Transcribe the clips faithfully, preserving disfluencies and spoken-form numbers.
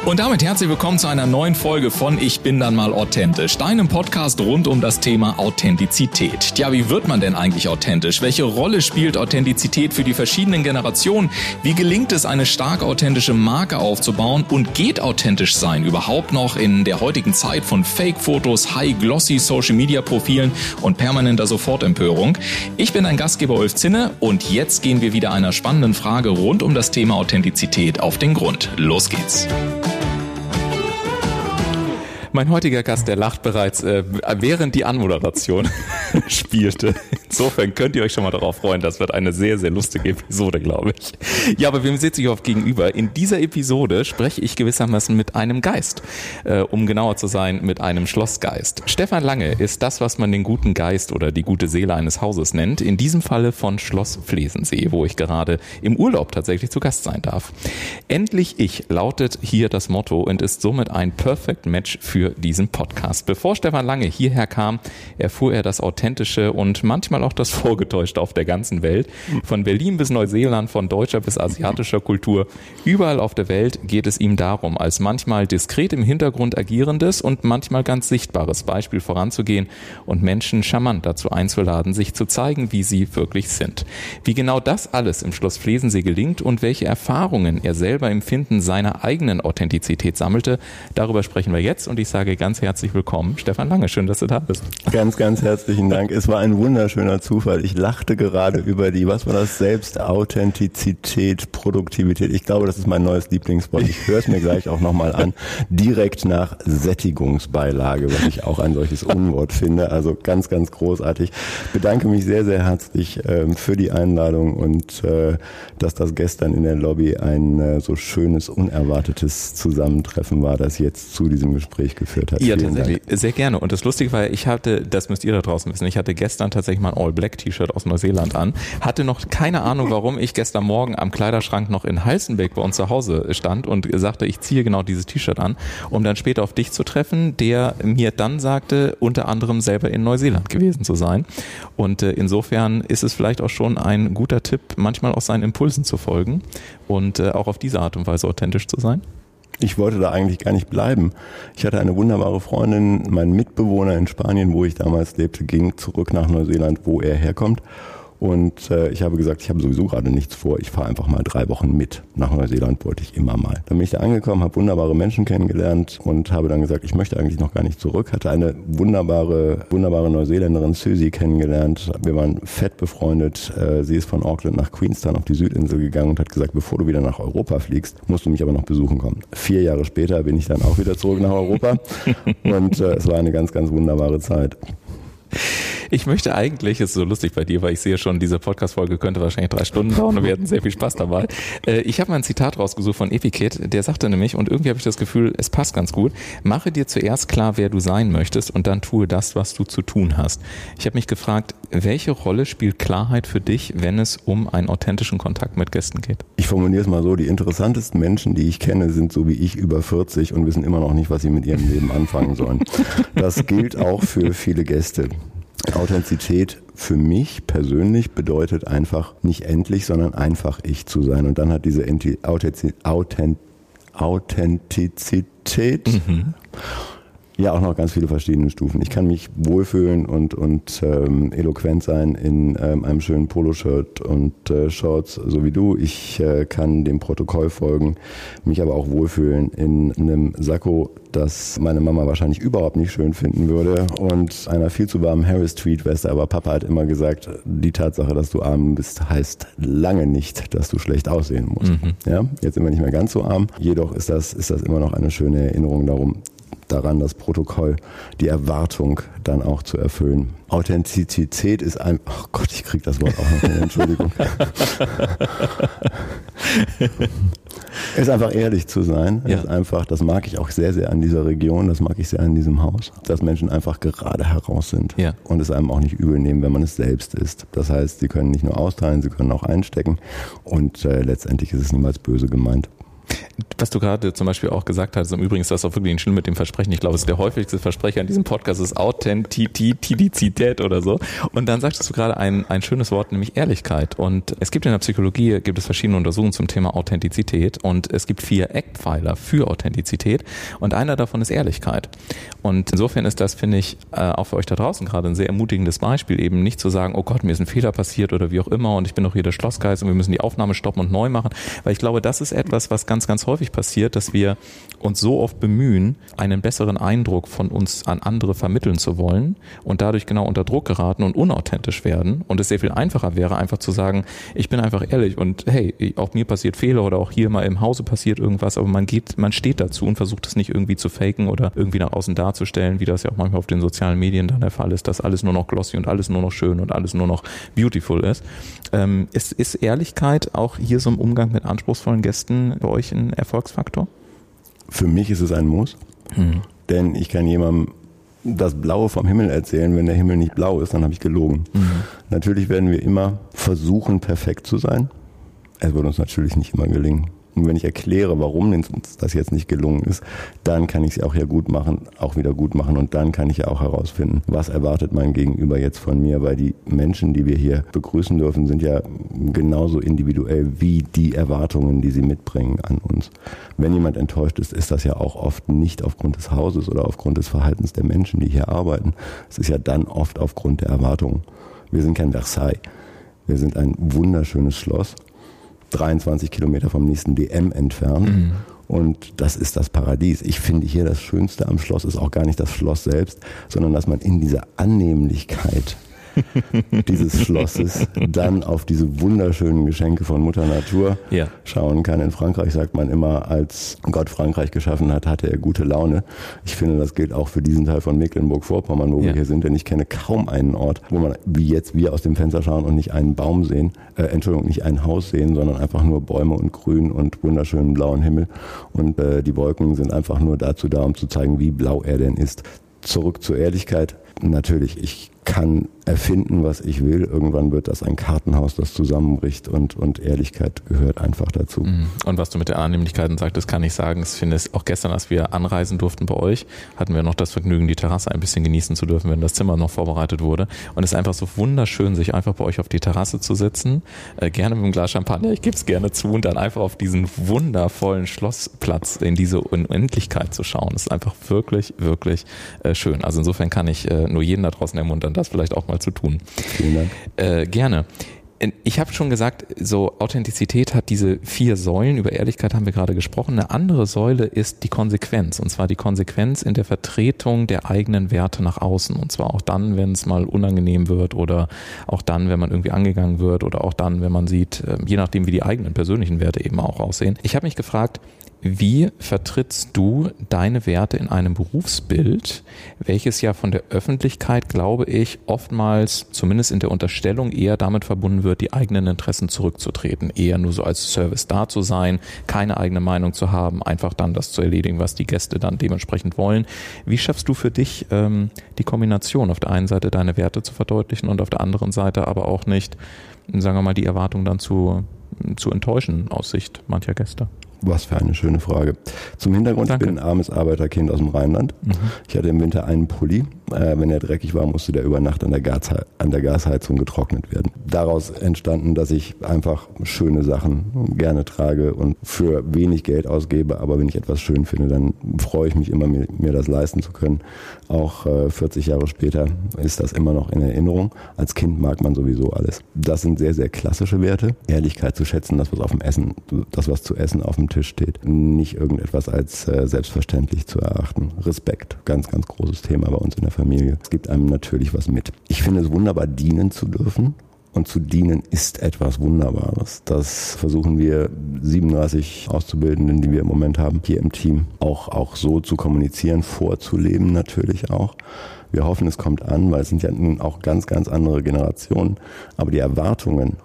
Und damit herzlich willkommen zu einer neuen Folge von Ich bin dann mal authentisch, deinem Podcast rund um das Thema Authentizität. Tja, wie wird man denn eigentlich authentisch? Welche Rolle spielt Authentizität für die verschiedenen Generationen? Wie gelingt es, eine stark authentische Marke aufzubauen? Und geht authentisch sein überhaupt noch in der heutigen Zeit von Fake-Fotos, High-Glossy Social-Media-Profilen und permanenter Sofortempörung? Ich bin dein Gastgeber Ulf Zinne und jetzt gehen wir wieder einer spannenden Frage rund um das Thema Authentizität auf den Grund. Los geht's! Mein heutiger Gast, der lacht bereits, äh, während die Anmoderation spielte. Insofern könnt ihr euch schon mal darauf freuen, das wird eine sehr, sehr lustige Episode, glaube ich. Ja, aber wem sitze ich auf gegenüber? In dieser Episode spreche ich gewissermaßen mit einem Geist, äh, um genauer zu sein, mit einem Schlossgeist. Stefan Lange ist das, was man den guten Geist oder die gute Seele eines Hauses nennt, in diesem Falle von Schloss Flesensee, wo ich gerade im Urlaub tatsächlich zu Gast sein darf. Endlich ich lautet hier das Motto und ist somit ein Perfect Match für diesen Podcast. Bevor Stefan Lange hierher kam, erfuhr er das Authentische und manchmal auch das Vorgetäuschte auf der ganzen Welt. Von Berlin bis Neuseeland, von deutscher bis asiatischer Kultur. Überall auf der Welt geht es ihm darum, als manchmal diskret im Hintergrund agierendes und manchmal ganz sichtbares Beispiel voranzugehen und Menschen charmant dazu einzuladen, sich zu zeigen, wie sie wirklich sind. Wie genau das alles im Schloss Flesensee gelingt und welche Erfahrungen er selber im Finden seiner eigenen Authentizität sammelte, darüber sprechen wir jetzt und ich sage ganz herzlich willkommen, Stefan Lange. Schön, dass du da bist. Ganz, ganz herzlichen Dank. Es war ein wunderschöner Zufall. Ich lachte gerade über die, was war das? Selbstauthentizität, Produktivität. Ich glaube, das ist mein neues Lieblingswort. Ich höre es mir gleich auch nochmal an. Direkt nach Sättigungsbeilage, was ich auch ein solches Unwort finde. Also ganz, ganz großartig. Bedanke mich sehr, sehr herzlich äh, für die Einladung und äh, dass das gestern in der Lobby ein äh, so schönes, unerwartetes Zusammentreffen war, das jetzt zu diesem Gespräch geführt hat. Ja, Vielen tatsächlich. Dank. Sehr gerne. Und das Lustige war, ich hatte, das müsst ihr da draußen wissen, ich hatte gestern tatsächlich mein All-Black-T-Shirt aus Neuseeland an, hatte noch keine Ahnung, warum ich gestern Morgen am Kleiderschrank noch in Halstenbeck bei uns zu Hause stand und sagte, ich ziehe genau dieses T-Shirt an, um dann später auf dich zu treffen, der mir dann sagte, unter anderem selber in Neuseeland gewesen zu sein. Und äh, insofern ist es vielleicht auch schon ein guter Tipp, manchmal auch seinen Impulsen zu folgen und äh, auch auf diese Art und Weise authentisch zu sein. Ich wollte da eigentlich gar nicht bleiben. Ich hatte eine wunderbare Freundin, mein Mitbewohner in Spanien, wo ich damals lebte, ging zurück nach Neuseeland, wo er herkommt. Und äh, ich habe gesagt, ich habe sowieso gerade nichts vor, ich fahre einfach mal drei Wochen mit. Nach Neuseeland wollte ich immer mal. Dann bin ich da angekommen, habe wunderbare Menschen kennengelernt und habe dann gesagt, ich möchte eigentlich noch gar nicht zurück. Hatte eine wunderbare, wunderbare Neuseeländerin, Susie, kennengelernt. Wir waren fett befreundet. Äh, sie ist von Auckland nach Queenstown auf die Südinsel gegangen und hat gesagt, bevor du wieder nach Europa fliegst, musst du mich aber noch besuchen kommen. Vier Jahre später bin ich dann auch wieder zurück nach Europa und äh, es war eine ganz, ganz wunderbare Zeit. Ich möchte eigentlich, es ist so lustig bei dir, weil ich sehe schon, diese Podcast-Folge könnte wahrscheinlich drei Stunden dauern und wir hatten sehr viel Spaß dabei. Ich habe mal ein Zitat rausgesucht von Epiktet, der sagte nämlich, und irgendwie habe ich das Gefühl, es passt ganz gut, mache dir zuerst klar, wer du sein möchtest und dann tue das, was du zu tun hast. Ich habe mich gefragt, welche Rolle spielt Klarheit für dich, wenn es um einen authentischen Kontakt mit Gästen geht? Ich formuliere es mal so, die interessantesten Menschen, die ich kenne, sind so wie ich über vierzig und wissen immer noch nicht, was sie mit ihrem Leben anfangen sollen. Das gilt auch für viele Gäste. Authentizität für mich persönlich bedeutet einfach nicht endlich, sondern einfach ich zu sein. Und dann hat diese Authentizität mhm. ja auch noch ganz viele verschiedene Stufen. Ich kann mich wohlfühlen und, und ähm, eloquent sein in ähm, einem schönen Poloshirt und äh, Shorts, so wie du. Ich äh, kann dem Protokoll folgen, mich aber auch wohlfühlen in einem Sakko, das meine Mama wahrscheinlich überhaupt nicht schön finden würde und einer viel zu warmen Harris-Tweed-Weste. Aber Papa hat immer gesagt, die Tatsache, dass du arm bist, heißt lange nicht, dass du schlecht aussehen musst. Mhm. Ja, jetzt sind wir nicht mehr ganz so arm. Jedoch ist das, ist das immer noch eine schöne Erinnerung darum, daran, das Protokoll, die Erwartung dann auch zu erfüllen. Authentizität ist ein, oh Gott, ich krieg das Wort auch noch hin, Entschuldigung. Ist einfach ehrlich zu sein. Ja. Ist einfach, das mag ich auch sehr, sehr an dieser Region, das mag ich sehr an diesem Haus, dass Menschen einfach gerade heraus sind ja. und es einem auch nicht übel nehmen, wenn man es selbst ist. Das heißt, sie können nicht nur austeilen, sie können auch einstecken und äh, letztendlich ist es niemals böse gemeint. Was du gerade zum Beispiel auch gesagt hast, im Übrigen ist das auch wirklich schlimm mit dem Versprechen. Ich glaube, es ist der häufigste Versprecher in diesem Podcast, ist Authentizität oder so. Und dann sagtest du gerade ein, ein schönes Wort, nämlich Ehrlichkeit. Und es gibt in der Psychologie, gibt es verschiedene Untersuchungen zum Thema Authentizität. Und es gibt vier Eckpfeiler für Authentizität. Und einer davon ist Ehrlichkeit. Und insofern ist das, finde ich, auch für euch da draußen gerade ein sehr ermutigendes Beispiel, eben nicht zu sagen, oh Gott, mir ist ein Fehler passiert oder wie auch immer und ich bin doch hier der Schlossgeist und wir müssen die Aufnahme stoppen und neu machen. Weil ich glaube, das ist etwas, was ganz, ganz häufig passiert, dass wir uns so oft bemühen, einen besseren Eindruck von uns an andere vermitteln zu wollen und dadurch genau unter Druck geraten und unauthentisch werden und es sehr viel einfacher wäre, einfach zu sagen, ich bin einfach ehrlich und hey, auch mir passiert Fehler oder auch hier mal im Hause passiert irgendwas, aber man geht, man steht dazu und versucht es nicht irgendwie zu faken oder irgendwie nach außen darzustellen, wie das ja auch manchmal auf den sozialen Medien dann der Fall ist, dass alles nur noch glossy und alles nur noch schön und alles nur noch beautiful ist. Ähm, ist, ist Ehrlichkeit auch hier so im Umgang mit anspruchsvollen Gästen bei euch ein Erfolgsfaktor? Für mich ist es ein Muss, hm. denn ich kann jemandem das Blaue vom Himmel erzählen, wenn der Himmel nicht blau ist, dann habe ich gelogen. Mhm. Natürlich werden wir immer versuchen, perfekt zu sein. Es wird uns natürlich nicht immer gelingen. Und wenn ich erkläre, warum uns das jetzt nicht gelungen ist, dann kann ich es auch ja gut machen, auch wieder gut machen und dann kann ich ja auch herausfinden, was erwartet mein Gegenüber jetzt von mir, weil die Menschen, die wir hier begrüßen dürfen, sind ja genauso individuell wie die Erwartungen, die sie mitbringen an uns. Wenn jemand enttäuscht ist, ist das ja auch oft nicht aufgrund des Hauses oder aufgrund des Verhaltens der Menschen, die hier arbeiten. Es ist ja dann oft aufgrund der Erwartungen. Wir sind kein Versailles. Wir sind ein wunderschönes Schloss. dreiundzwanzig Kilometer vom nächsten D M entfernt. Mhm. Und das ist das Paradies. Ich finde hier das Schönste am Schloss ist auch gar nicht das Schloss selbst, sondern dass man in dieser Annehmlichkeit dieses Schlosses dann auf diese wunderschönen Geschenke von Mutter Natur ja. schauen kann. In Frankreich sagt man immer, als Gott Frankreich geschaffen hat, hatte er gute Laune. Ich finde, das gilt auch für diesen Teil von Mecklenburg-Vorpommern, wo ja. wir hier sind, denn ich kenne kaum einen Ort, wo man wie jetzt wir aus dem Fenster schauen und nicht einen Baum sehen, äh, Entschuldigung, nicht ein Haus sehen, sondern einfach nur Bäume und Grün und wunderschönen blauen Himmel. Und äh, die Wolken sind einfach nur dazu da, um zu zeigen, wie blau er denn ist. Zurück zur Ehrlichkeit. Natürlich, ich kann erfinden, was ich will. Irgendwann wird das ein Kartenhaus, das zusammenbricht und, und Ehrlichkeit gehört einfach dazu. Und was du mit der Annehmlichkeiten sagtest, kann ich sagen, ich finde es auch gestern, als wir anreisen durften bei euch, hatten wir noch das Vergnügen, die Terrasse ein bisschen genießen zu dürfen, wenn das Zimmer noch vorbereitet wurde. Und es ist einfach so wunderschön, sich einfach bei euch auf die Terrasse zu sitzen, äh, gerne mit einem Glas Champagner, ich gebe es gerne zu, und dann einfach auf diesen wundervollen Schlossplatz in diese Unendlichkeit zu schauen. Das ist einfach wirklich, wirklich äh, schön. Also insofern kann ich äh, nur jeden da draußen ermuntern, das vielleicht auch mal zu tun. Vielen Dank. Äh, gerne. Ich habe schon gesagt, so Authentizität hat diese vier Säulen, über Ehrlichkeit haben wir gerade gesprochen. Eine andere Säule ist die Konsequenz, und zwar die Konsequenz in der Vertretung der eigenen Werte nach außen, und zwar auch dann, wenn es mal unangenehm wird oder auch dann, wenn man irgendwie angegangen wird oder auch dann, wenn man sieht, je nachdem wie die eigenen persönlichen Werte eben auch aussehen. Ich habe mich gefragt, wie vertrittst du deine Werte in einem Berufsbild, welches ja von der Öffentlichkeit, glaube ich, oftmals, zumindest in der Unterstellung, eher damit verbunden wird, die eigenen Interessen zurückzutreten, eher nur so als Service da zu sein, keine eigene Meinung zu haben, einfach dann das zu erledigen, was die Gäste dann dementsprechend wollen. Wie schaffst du für dich ähm, die Kombination, auf der einen Seite deine Werte zu verdeutlichen und auf der anderen Seite aber auch nicht, sagen wir mal, die Erwartung dann zu, zu enttäuschen aus Sicht mancher Gäste? Was für eine schöne Frage. Zum Hintergrund, Danke. Ich bin ein armes Arbeiterkind aus dem Rheinland. Mhm. Ich hatte im Winter einen Pulli. Äh, wenn er dreckig war, musste der über Nacht an der, Gashe- an der Gasheizung getrocknet werden. Daraus entstanden, dass ich einfach schöne Sachen gerne trage und für wenig Geld ausgebe. Aber wenn ich etwas schön finde, dann freue ich mich immer, mir, mir das leisten zu können. Auch äh, vierzig Jahre später ist das immer noch in Erinnerung. Als Kind mag man sowieso alles. Das sind sehr, sehr klassische Werte. Ehrlichkeit zu schätzen, das was auf dem Essen, das was zu essen auf dem Tisch steht. Nicht irgendetwas als äh, selbstverständlich zu erachten. Respekt, ganz, ganz großes Thema bei uns in der Familie. Es gibt einem natürlich was mit. Ich finde es wunderbar, dienen zu dürfen. Und zu dienen ist etwas Wunderbares. Das versuchen wir siebenunddreißig Auszubildenden, die wir im Moment haben, hier im Team, auch, auch so zu kommunizieren, vorzuleben natürlich auch. Wir hoffen, es kommt an, weil es sind ja nun auch ganz, ganz andere Generationen. Aber die Erwartungen,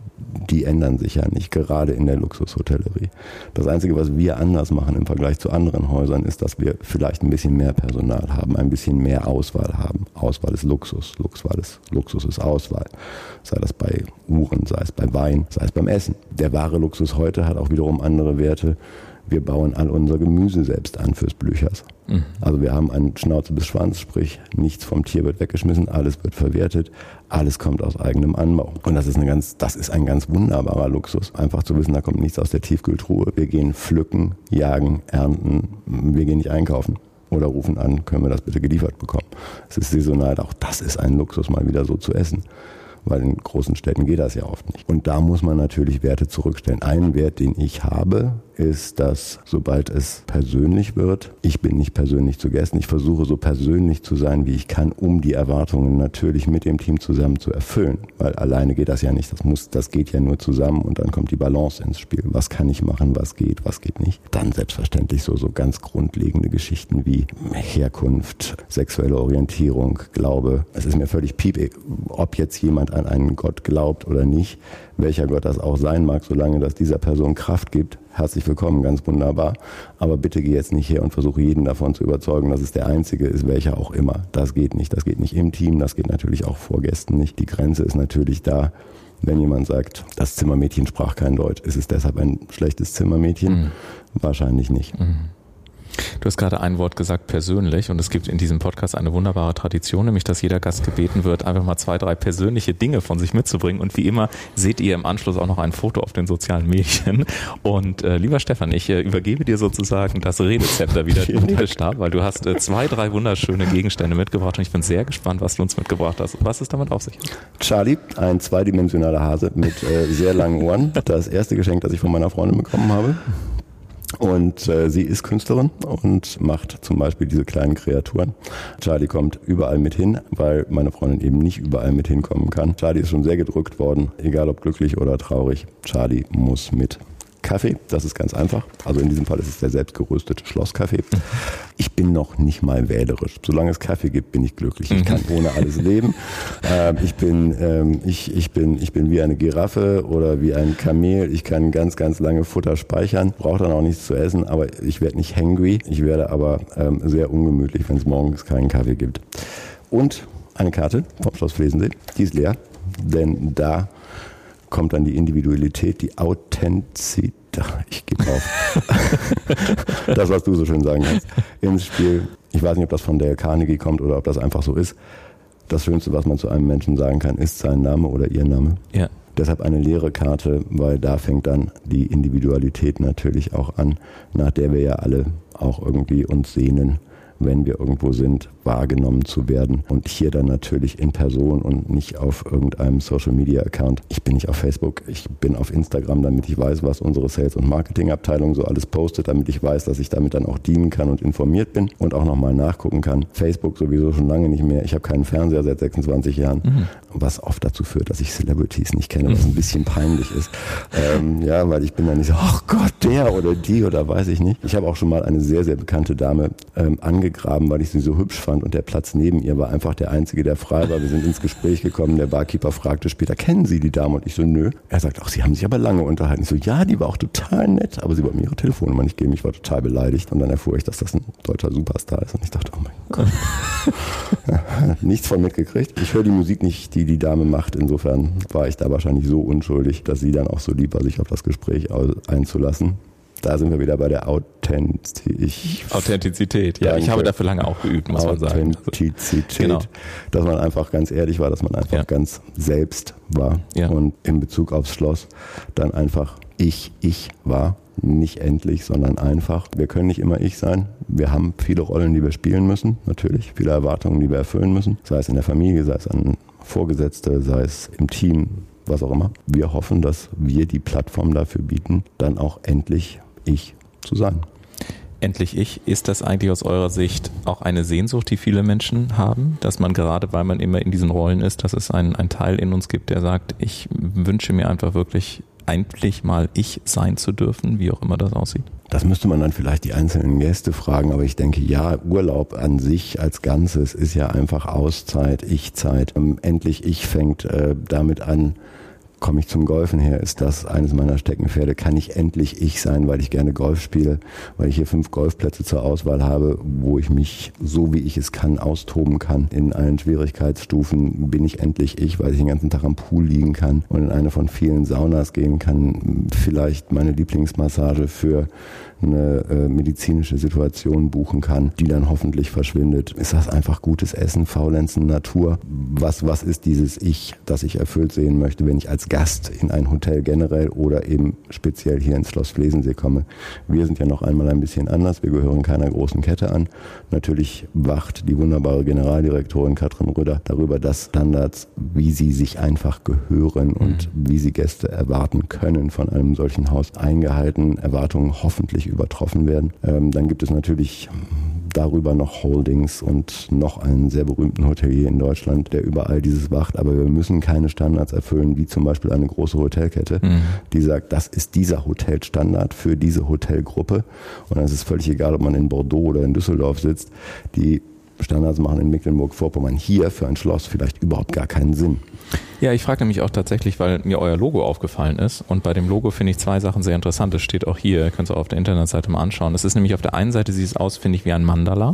die ändern sich ja nicht, gerade in der Luxushotellerie. Das Einzige, was wir anders machen im Vergleich zu anderen Häusern, ist, dass wir vielleicht ein bisschen mehr Personal haben, ein bisschen mehr Auswahl haben. Auswahl ist Luxus, Luxus ist, Luxus ist Auswahl. Sei das bei Uhren, sei es bei Wein, sei es beim Essen. Der wahre Luxus heute hat auch wiederum andere Werte, Wir bauen all unser Gemüse selbst an fürs Blüchers. Mhm. Also wir haben einen Schnauze bis Schwanz, sprich nichts vom Tier wird weggeschmissen, alles wird verwertet, alles kommt aus eigenem Anbau. Und das ist eine ganz, das ist ein ganz wunderbarer Luxus. Einfach zu wissen, da kommt nichts aus der Tiefkühltruhe. Wir gehen pflücken, jagen, ernten, wir gehen nicht einkaufen. Oder rufen an, können wir das bitte geliefert bekommen. Es ist saisonal, auch das ist ein Luxus, mal wieder so zu essen. Weil in großen Städten geht das ja oft nicht. Und da muss man natürlich Werte zurückstellen. Ein Wert, den ich habe, ist, dass sobald es persönlich wird, ich bin nicht persönlich zu Gästen, ich versuche so persönlich zu sein, wie ich kann, um die Erwartungen natürlich mit dem Team zusammen zu erfüllen. Weil alleine geht das ja nicht, das muss, das geht ja nur zusammen und dann kommt die Balance ins Spiel. Was kann ich machen, was geht, was geht nicht. Dann selbstverständlich so, so ganz grundlegende Geschichten wie Herkunft, sexuelle Orientierung, Glaube. Es ist mir völlig piep, ob jetzt jemand an einen Gott glaubt oder nicht, welcher Gott das auch sein mag, solange das dieser Person Kraft gibt. Herzlich willkommen, ganz wunderbar. Aber bitte geh jetzt nicht her und versuche jeden davon zu überzeugen, dass es der Einzige ist, welcher auch immer. Das geht nicht. Das geht nicht im Team, das geht natürlich auch vor Gästen nicht. Die Grenze ist natürlich da. Wenn jemand sagt, das Zimmermädchen sprach kein Deutsch, ist es deshalb ein schlechtes Zimmermädchen? Mhm. Wahrscheinlich nicht. Mhm. Du hast gerade ein Wort gesagt, persönlich, und es gibt in diesem Podcast eine wunderbare Tradition, nämlich dass jeder Gast gebeten wird, einfach mal zwei, drei persönliche Dinge von sich mitzubringen, und wie immer seht ihr im Anschluss auch noch ein Foto auf den sozialen Medien. Und äh, lieber Stefan, ich äh, übergebe dir sozusagen das Redezepter wieder unter den Stab, weil du hast äh, zwei, drei wunderschöne Gegenstände mitgebracht und ich bin sehr gespannt, was du uns mitgebracht hast. Was ist damit auf sich? Charlie, ein zweidimensionaler Hase mit äh, sehr langen Ohren. Das erste Geschenk, das ich von meiner Freundin bekommen habe. Und äh, sie ist Künstlerin und macht zum Beispiel diese kleinen Kreaturen. Charlie kommt überall mit hin, weil meine Freundin eben nicht überall mit hinkommen kann. Charlie ist schon sehr gedrückt worden, egal ob glücklich oder traurig. Charlie muss mit. Kaffee, das ist ganz einfach. Also in diesem Fall ist es der selbstgeröstete Schlosskaffee. Ich bin noch nicht mal wählerisch. Solange es Kaffee gibt, bin ich glücklich. Ich kann ohne alles leben. Ähm, ich bin, ähm, ich, ich bin, ich bin wie eine Giraffe oder wie ein Kamel. Ich kann ganz, ganz lange Futter speichern. Brauche dann auch nichts zu essen, aber ich werde nicht hangry. Ich werde aber ähm, sehr ungemütlich, wenn es morgens keinen Kaffee gibt. Und eine Karte vom Schloss Flesensee. Die ist leer, denn da kommt dann die Individualität, die Authentizität, ich gebe auf, das, was du so schön sagen kannst, ins Spiel. Ich weiß nicht, ob das von Dale Carnegie kommt oder ob das einfach so ist. Das Schönste, was man zu einem Menschen sagen kann, ist sein Name oder ihr Name. Ja. Deshalb eine leere Karte, weil da fängt dann die Individualität natürlich auch an, nach der wir ja alle auch irgendwie uns sehnen, wenn wir irgendwo sind, wahrgenommen zu werden. Und hier dann natürlich in Person und nicht auf irgendeinem Social-Media-Account. Ich bin nicht auf Facebook, ich bin auf Instagram, damit ich weiß, was unsere Sales- und Marketing-Abteilung so alles postet, damit ich weiß, dass ich damit dann auch dienen kann und informiert bin und auch nochmal nachgucken kann. Facebook sowieso schon lange nicht mehr. Ich habe keinen Fernseher seit sechsundzwanzig Jahren, mhm. was oft dazu führt, dass ich Celebrities nicht kenne, was ein bisschen peinlich ist. Ähm, ja, weil ich bin dann nicht so, ach Gott, der oder die oder weiß ich nicht. Ich habe auch schon mal eine sehr, sehr bekannte Dame ähm, angegraben, weil ich sie so hübsch fand und der Platz neben ihr war einfach der einzige, der frei war. Wir sind ins Gespräch gekommen, der Barkeeper fragte später, kennen Sie die Dame? Und ich so, nö. Er sagt, ach, Sie haben sich aber lange unterhalten. Ich so, ja, die war auch total nett, aber sie wollte mir ihre Telefonnummer nicht geben. Ich war total beleidigt und dann erfuhr ich, dass das ein deutscher Superstar ist und ich dachte, oh mein Gott. Nichts von mitgekriegt. Ich höre die Musik nicht, die die Dame macht. Insofern war ich da wahrscheinlich so unschuldig, dass sie dann auch so lieb war, sich auf das Gespräch einzulassen. Da sind wir wieder bei der Authentizität. Authentizität, ja. Danke. Ich habe dafür lange auch geübt, muss man sagen. Authentizität, genau. Dass man einfach ganz ehrlich war, dass man einfach ja. ganz selbst war. Ja. Und in Bezug aufs Schloss dann einfach ich, ich war. Nicht endlich, sondern einfach. Wir können nicht immer ich sein. Wir haben viele Rollen, die wir spielen müssen, natürlich. Viele Erwartungen, die wir erfüllen müssen. Sei es in der Familie, sei es an Vorgesetzte, sei es im Team, was auch immer. Wir hoffen, dass wir die Plattform dafür bieten, dann auch endlich ich zu sein. Endlich ich. Ist das eigentlich aus eurer Sicht auch eine Sehnsucht, die viele Menschen haben? Dass man gerade, weil man immer in diesen Rollen ist, dass es einen, einen Teil in uns gibt, der sagt, ich wünsche mir einfach wirklich endlich mal ich sein zu dürfen, wie auch immer das aussieht? Das müsste man dann vielleicht die einzelnen Gäste fragen, aber ich denke, ja, Urlaub an sich als Ganzes ist ja einfach Auszeit, Ich-Zeit. Ähm, endlich ich fängt äh, damit an, komme ich zum Golfen her? Ist das eines meiner Steckenpferde? Kann ich endlich ich sein, weil ich gerne Golf spiele, weil ich hier fünf Golfplätze zur Auswahl habe, wo ich mich so wie ich es kann austoben kann. In allen Schwierigkeitsstufen bin ich endlich ich, weil ich den ganzen Tag am Pool liegen kann und in eine von vielen Saunas gehen kann, vielleicht meine Lieblingsmassage für eine äh, medizinische Situation buchen kann, die dann hoffentlich verschwindet. Ist das einfach gutes Essen, Faulenzen, Natur? Was, was ist dieses Ich, das ich erfüllt sehen möchte, wenn ich als Gast in ein Hotel generell oder eben speziell hier ins Schloss Flesensee komme? Wir sind ja noch einmal ein bisschen anders. Wir gehören keiner großen Kette an. Natürlich wacht die wunderbare Generaldirektorin Katrin Röder darüber, dass Standards, wie sie sich einfach gehören und mhm. wie sie Gäste erwarten können von einem solchen Haus, eingehalten, Erwartungen hoffentlich übertroffen werden. Ähm, dann gibt es natürlich darüber noch Holdings und noch einen sehr berühmten Hotelier in Deutschland, der überall dieses wacht. Aber wir müssen keine Standards erfüllen, wie zum Beispiel eine große Hotelkette, mhm. die sagt, das ist dieser Hotelstandard für diese Hotelgruppe. Und dann ist es völlig egal, ob man in Bordeaux oder in Düsseldorf sitzt. Die Standards machen in Mecklenburg-Vorpommern hier für ein Schloss vielleicht überhaupt gar keinen Sinn. Ja, ich frage nämlich auch tatsächlich, weil mir euer Logo aufgefallen ist und bei dem Logo finde ich zwei Sachen sehr interessant. Das steht auch hier, ihr könnt es auch auf der Internetseite mal anschauen. Es ist nämlich auf der einen Seite, sieht es aus, finde ich, wie ein Mandala.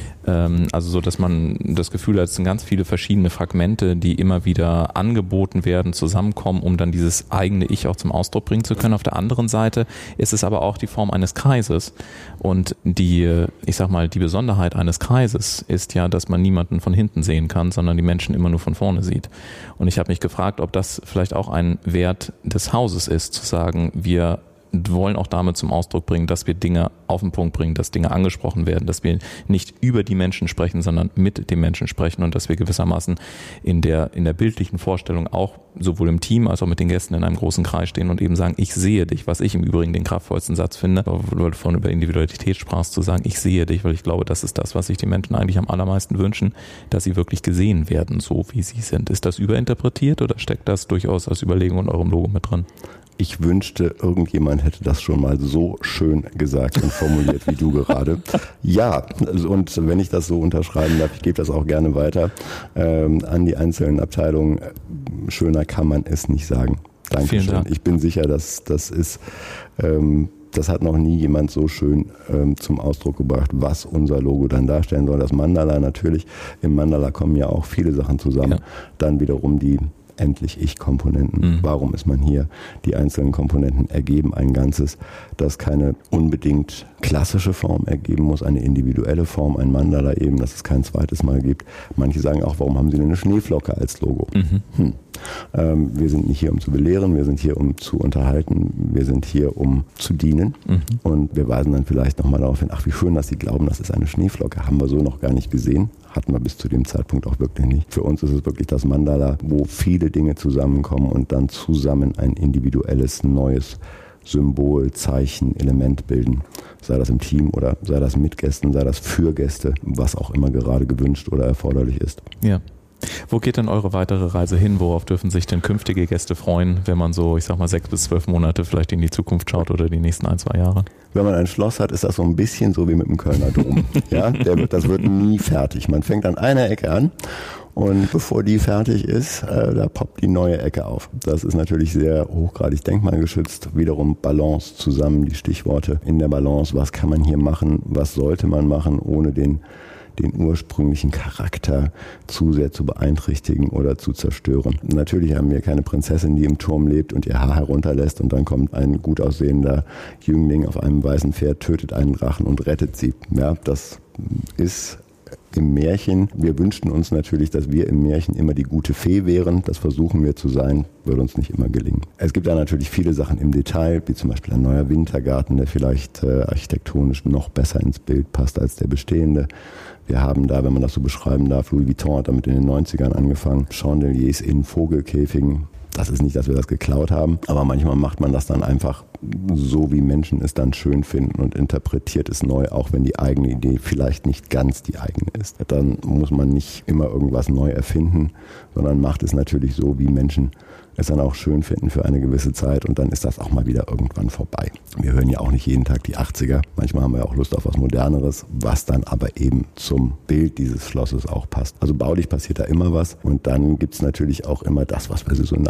Also so, dass man das Gefühl hat, es sind ganz viele verschiedene Fragmente, die immer wieder angeboten werden, zusammenkommen, um dann dieses eigene Ich auch zum Ausdruck bringen zu können. Auf der anderen Seite ist es aber auch die Form eines Kreises. Und die, ich sag mal, die Besonderheit eines Kreises ist ja, dass man niemanden von hinten sehen kann, sondern die Menschen immer nur von vorne sieht. Und ich habe mich gefragt, ob das vielleicht auch ein Wert des Hauses ist, zu sagen, wir wollen auch damit zum Ausdruck bringen, dass wir Dinge auf den Punkt bringen, dass Dinge angesprochen werden, dass wir nicht über die Menschen sprechen, sondern mit dem Menschen sprechen und dass wir gewissermaßen in der, in der bildlichen Vorstellung auch sowohl im Team als auch mit den Gästen in einem großen Kreis stehen und eben sagen, ich sehe dich, was ich im Übrigen den kraftvollsten Satz finde, weil du vorhin über Individualität sprachst, zu sagen, ich sehe dich, weil ich glaube, das ist das, was sich die Menschen eigentlich am allermeisten wünschen, dass sie wirklich gesehen werden, so wie sie sind. Ist das überinterpretiert oder steckt das durchaus als Überlegung in eurem Logo mit drin? Ich wünschte, irgendjemand hätte das schon mal so schön gesagt und formuliert wie du gerade. Ja, und wenn ich das so unterschreiben darf, ich gebe das auch gerne weiter ähm, an die einzelnen Abteilungen. Schöner kann man es nicht sagen. Dankeschön. Ich bin sicher, dass das ist, ähm, das hat noch nie jemand so schön ähm, zum Ausdruck gebracht, was unser Logo dann darstellen soll. Das Mandala natürlich. Im Mandala kommen ja auch viele Sachen zusammen. Ja. Dann wiederum die endlich Ich-Komponenten. Mhm. Warum ist man hier? Die einzelnen Komponenten ergeben ein Ganzes, das keine unbedingt klassische Form ergeben muss, eine individuelle Form, ein Mandala eben, das es kein zweites Mal gibt. Manche sagen auch, warum haben Sie denn eine Schneeflocke als Logo? Mhm. Hm. Ähm, wir sind nicht hier, um zu belehren, wir sind hier, um zu unterhalten, wir sind hier, um zu dienen. Mhm. Und wir weisen dann vielleicht nochmal darauf hin, ach, wie schön, dass Sie glauben, das ist eine Schneeflocke. Haben wir so noch gar nicht gesehen. Hatten wir bis zu dem Zeitpunkt auch wirklich nicht. Für uns ist es wirklich das Mandala, wo viele Dinge zusammenkommen und dann zusammen ein individuelles, neues Symbol, Zeichen, Element bilden. Sei das im Team oder sei das mit Gästen, sei das für Gäste, was auch immer gerade gewünscht oder erforderlich ist. Ja. Wo geht denn eure weitere Reise hin? Worauf dürfen sich denn künftige Gäste freuen, wenn man so, ich sag mal, sechs bis zwölf Monate vielleicht in die Zukunft schaut oder die nächsten ein, zwei Jahre? Wenn man ein Schloss hat, ist das so ein bisschen so wie mit dem Kölner Dom. Ja, der wird, das wird nie fertig. Man fängt an einer Ecke an und bevor die fertig ist, äh, da poppt die neue Ecke auf. Das ist natürlich sehr hochgradig denkmalgeschützt. Wiederum Balance zusammen, die Stichworte in der Balance. Was kann man hier machen? Was sollte man machen, ohne den den ursprünglichen Charakter zu sehr zu beeinträchtigen oder zu zerstören. Natürlich haben wir keine Prinzessin, die im Turm lebt und ihr Haar herunterlässt und dann kommt ein gut aussehender Jüngling auf einem weißen Pferd, tötet einen Drachen und rettet sie. Ja, das ist im Märchen. Wir wünschten uns natürlich, dass wir im Märchen immer die gute Fee wären. Das versuchen wir zu sein, würde uns nicht immer gelingen. Es gibt da natürlich viele Sachen im Detail, wie zum Beispiel ein neuer Wintergarten, der vielleicht äh, architektonisch noch besser ins Bild passt als der bestehende. Wir haben da, wenn man das so beschreiben darf, Louis Vuitton hat damit in den neunzigern angefangen, Chandeliers in Vogelkäfigen. Das ist nicht, dass wir das geklaut haben, aber manchmal macht man das dann einfach so, wie Menschen es dann schön finden und interpretiert es neu, auch wenn die eigene Idee vielleicht nicht ganz die eigene ist. Dann muss man nicht immer irgendwas neu erfinden, sondern macht es natürlich so, wie Menschen es dann auch schön finden für eine gewisse Zeit und dann ist das auch mal wieder irgendwann vorbei. Wir hören ja auch nicht jeden Tag die achtziger. Manchmal haben wir auch Lust auf was Moderneres, was dann aber eben zum Bild dieses Schlosses auch passt. Also baulich passiert da immer was und dann gibt es natürlich auch immer das, was wir saisonal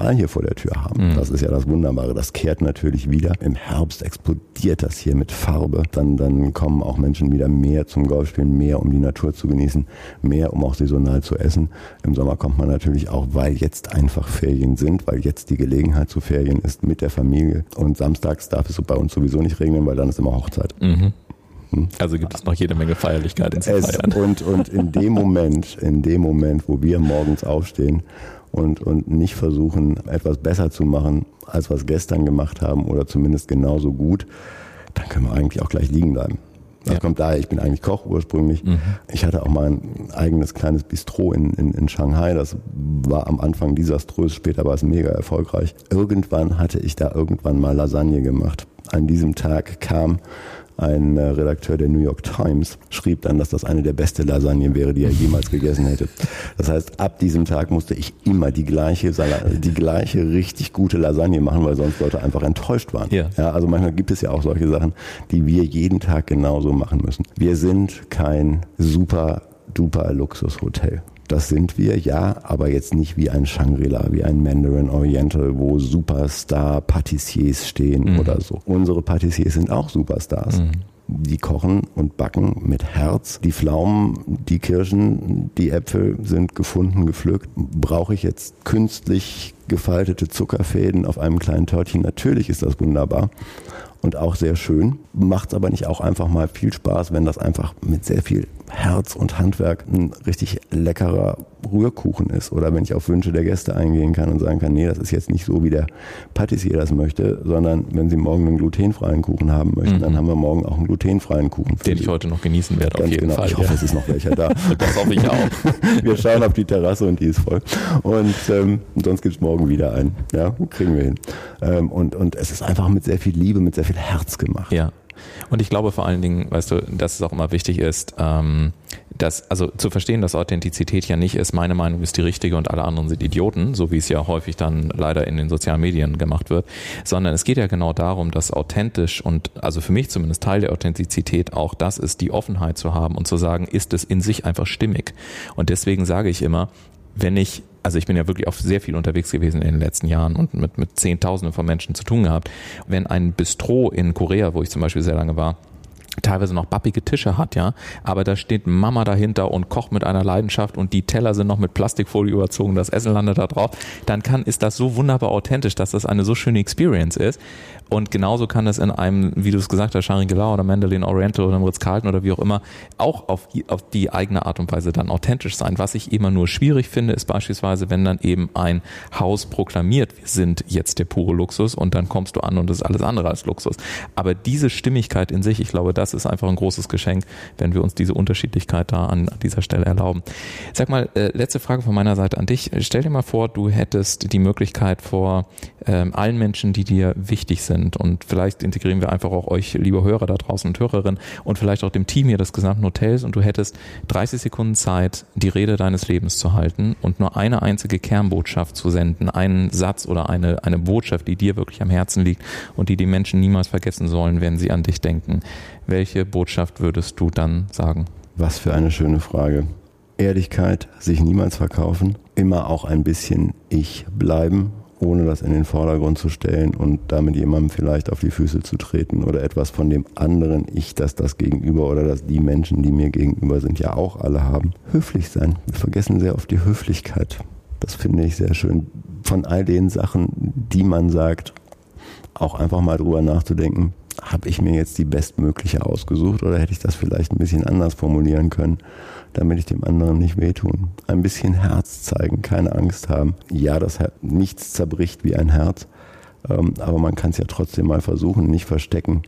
Saisonal hier vor der Tür haben. Mhm. Das ist ja das Wunderbare. Das kehrt natürlich wieder. Im Herbst explodiert das hier mit Farbe. Dann, dann kommen auch Menschen wieder mehr zum Golfspielen, mehr um die Natur zu genießen, mehr um auch saisonal zu essen. Im Sommer kommt man natürlich auch, weil jetzt einfach Ferien sind, weil jetzt die Gelegenheit zu Ferien ist mit der Familie. Und samstags darf es bei uns sowieso nicht regnen, weil dann ist immer Hochzeit. Mhm. Also gibt es noch jede Menge Feierlichkeiten zu feiern. Und, und in dem Moment, in dem Moment, wo wir morgens aufstehen und, und nicht versuchen, etwas besser zu machen, als was gestern gemacht haben oder zumindest genauso gut, dann können wir eigentlich auch gleich liegen bleiben. Das ja. kommt daher, ich bin eigentlich Koch ursprünglich. Mhm. Ich hatte auch mal ein eigenes kleines Bistro in, in, in Shanghai. Das war am Anfang desaströs, später war es mega erfolgreich. Irgendwann hatte ich da irgendwann mal Lasagne gemacht. An diesem Tag kam ein Redakteur der New York Times, schrieb dann, dass das eine der beste Lasagne wäre, die er jemals gegessen hätte. Das heißt, ab diesem Tag musste ich immer die gleiche, die gleiche richtig gute Lasagne machen, weil sonst Leute einfach enttäuscht waren. Ja. Ja, also manchmal gibt es ja auch solche Sachen, die wir jeden Tag genauso machen müssen. Wir sind kein super duper Luxushotel. Das sind wir, ja, aber jetzt nicht wie ein Shangri-La, wie ein Mandarin Oriental, wo Superstar-Patissiers stehen mhm. oder so. Unsere Patissiers sind auch Superstars. Mhm. Die kochen und backen mit Herz. Die Pflaumen, die Kirschen, die Äpfel sind gefunden, gepflückt. Brauche ich jetzt künstlich gefaltete Zuckerfäden auf einem kleinen Törtchen? Natürlich ist das wunderbar und auch sehr schön. Macht es aber nicht auch einfach mal viel Spaß, wenn das einfach mit sehr viel Herz und Handwerk ein richtig leckerer Rührkuchen ist, oder wenn ich auf Wünsche der Gäste eingehen kann und sagen kann, nee, das ist jetzt nicht so, wie der Patissier das möchte, sondern wenn Sie morgen einen glutenfreien Kuchen haben möchten, mhm. dann haben wir morgen auch einen glutenfreien Kuchen. Den ich heute noch genießen werde, Ganz auf jeden genau. Fall. Ich hoffe, ja. es ist noch welcher da. Das hoffe ich auch. Wir schauen auf die Terrasse und die ist voll. Und ähm, sonst gibt es morgen wieder einen. Ja, kriegen wir hin. Ähm, und, und es ist einfach mit sehr viel Liebe, mit sehr viel Herz gemacht. Ja. Und ich glaube vor allen Dingen, weißt du, dass es auch immer wichtig ist, ähm, dass, also zu verstehen, dass Authentizität ja nicht ist, meine Meinung ist die richtige und alle anderen sind Idioten, so wie es ja häufig dann leider in den sozialen Medien gemacht wird, sondern es geht ja genau darum, dass authentisch und, also für mich zumindest Teil der Authentizität auch das ist, die Offenheit zu haben und zu sagen, ist es in sich einfach stimmig. Und deswegen sage ich immer, wenn ich, also ich bin ja wirklich auch sehr viel unterwegs gewesen in den letzten Jahren und mit, mit Zehntausenden von Menschen zu tun gehabt. Wenn ein Bistro in Korea, wo ich zum Beispiel sehr lange war, teilweise noch bappige Tische hat, ja, aber da steht Mama dahinter und kocht mit einer Leidenschaft und die Teller sind noch mit Plastikfolie überzogen, das Essen landet da drauf, dann kann, ist das so wunderbar authentisch, dass das eine so schöne Experience ist. Und genauso kann es in einem, wie du es gesagt hast, Shangri-La oder Mandarin Oriental oder Ritz-Carlton oder wie auch immer, auch auf die, auf die eigene Art und Weise dann authentisch sein. Was ich immer nur schwierig finde, ist beispielsweise, wenn dann eben ein Haus proklamiert, wir sind jetzt der pure Luxus und dann kommst du an und das ist alles andere als Luxus. Aber diese Stimmigkeit in sich, ich glaube, das ist einfach ein großes Geschenk, wenn wir uns diese Unterschiedlichkeit da an, an dieser Stelle erlauben. Sag mal, äh, letzte Frage von meiner Seite an dich. Stell dir mal vor, du hättest die Möglichkeit vor ähm, allen Menschen, die dir wichtig sind, und vielleicht integrieren wir einfach auch euch, liebe Hörer da draußen und Hörerinnen und vielleicht auch dem Team hier des gesamten Hotels, und du hättest dreißig Sekunden Zeit, die Rede deines Lebens zu halten und nur eine einzige Kernbotschaft zu senden, einen Satz oder eine, eine Botschaft, die dir wirklich am Herzen liegt und die die Menschen niemals vergessen sollen, wenn sie an dich denken. Welche Botschaft würdest du dann sagen? Was für eine schöne Frage. Ehrlichkeit, sich niemals verkaufen, immer auch ein bisschen ich bleiben, ohne das in den Vordergrund zu stellen und damit jemandem vielleicht auf die Füße zu treten oder etwas von dem anderen Ich, das das Gegenüber oder dass die Menschen, die mir gegenüber sind, ja auch alle haben. Höflich sein. Wir vergessen sehr oft die Höflichkeit. Das finde ich sehr schön. Von all den Sachen, die man sagt, auch einfach mal drüber nachzudenken, habe ich mir jetzt die bestmögliche ausgesucht oder hätte ich das vielleicht ein bisschen anders formulieren können, damit ich dem anderen nicht wehtun. Ein bisschen Herz zeigen, keine Angst haben. Ja, das nichts zerbricht wie ein Herz, aber man kann es ja trotzdem mal versuchen, nicht verstecken,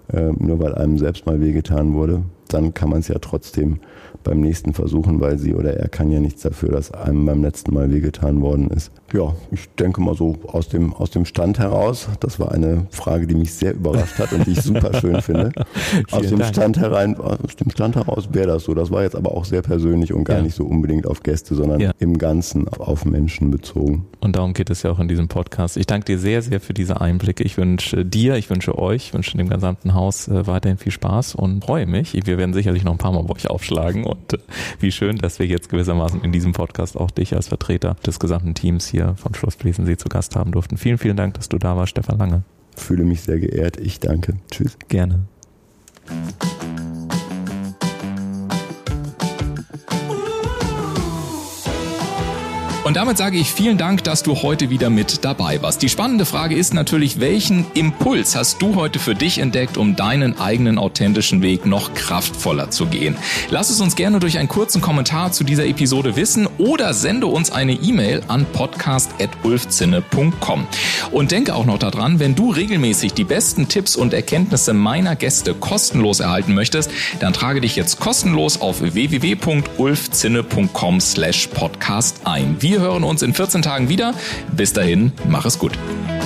nur weil einem selbst mal wehgetan wurde. Dann kann man es ja trotzdem beim nächsten versuchen, weil sie oder er kann ja nichts dafür, dass einem beim letzten Mal wehgetan worden ist. Ja, ich denke mal so aus dem, aus dem Stand heraus, das war eine Frage, die mich sehr überrascht hat und die ich super schön finde. Aus dem, Stand herein, aus dem Stand heraus wäre das so. Das war jetzt aber auch sehr persönlich und gar ja. nicht so unbedingt auf Gäste, sondern ja. im Ganzen auf Menschen bezogen. Und darum geht es ja auch in diesem Podcast. Ich danke dir sehr, sehr für diese Einblicke. Ich wünsche dir, ich wünsche euch, ich wünsche dem gesamten Haus äh, weiterhin viel Spaß und freue mich. Wir werden sicherlich noch ein paar Mal bei euch aufschlagen und Und äh, wie schön, dass wir jetzt gewissermaßen in diesem Podcast auch dich als Vertreter des gesamten Teams hier von Schloss Plesensee zu Gast haben durften. Vielen, vielen Dank, dass du da warst, Stefan Lange. Fühle mich sehr geehrt. Ich danke. Tschüss. Gerne. Und damit sage ich vielen Dank, dass du heute wieder mit dabei warst. Die spannende Frage ist natürlich, welchen Impuls hast du heute für dich entdeckt, um deinen eigenen authentischen Weg noch kraftvoller zu gehen? Lass es uns gerne durch einen kurzen Kommentar zu dieser Episode wissen oder sende uns eine E-Mail an podcast at ulfzinne punkt com. Und denke auch noch daran, wenn du regelmäßig die besten Tipps und Erkenntnisse meiner Gäste kostenlos erhalten möchtest, dann trage dich jetzt kostenlos auf w w w punkt ulfzinne punkt com slash podcast ein. Wir hören uns in vierzehn Tagen wieder. Bis dahin, mach es gut.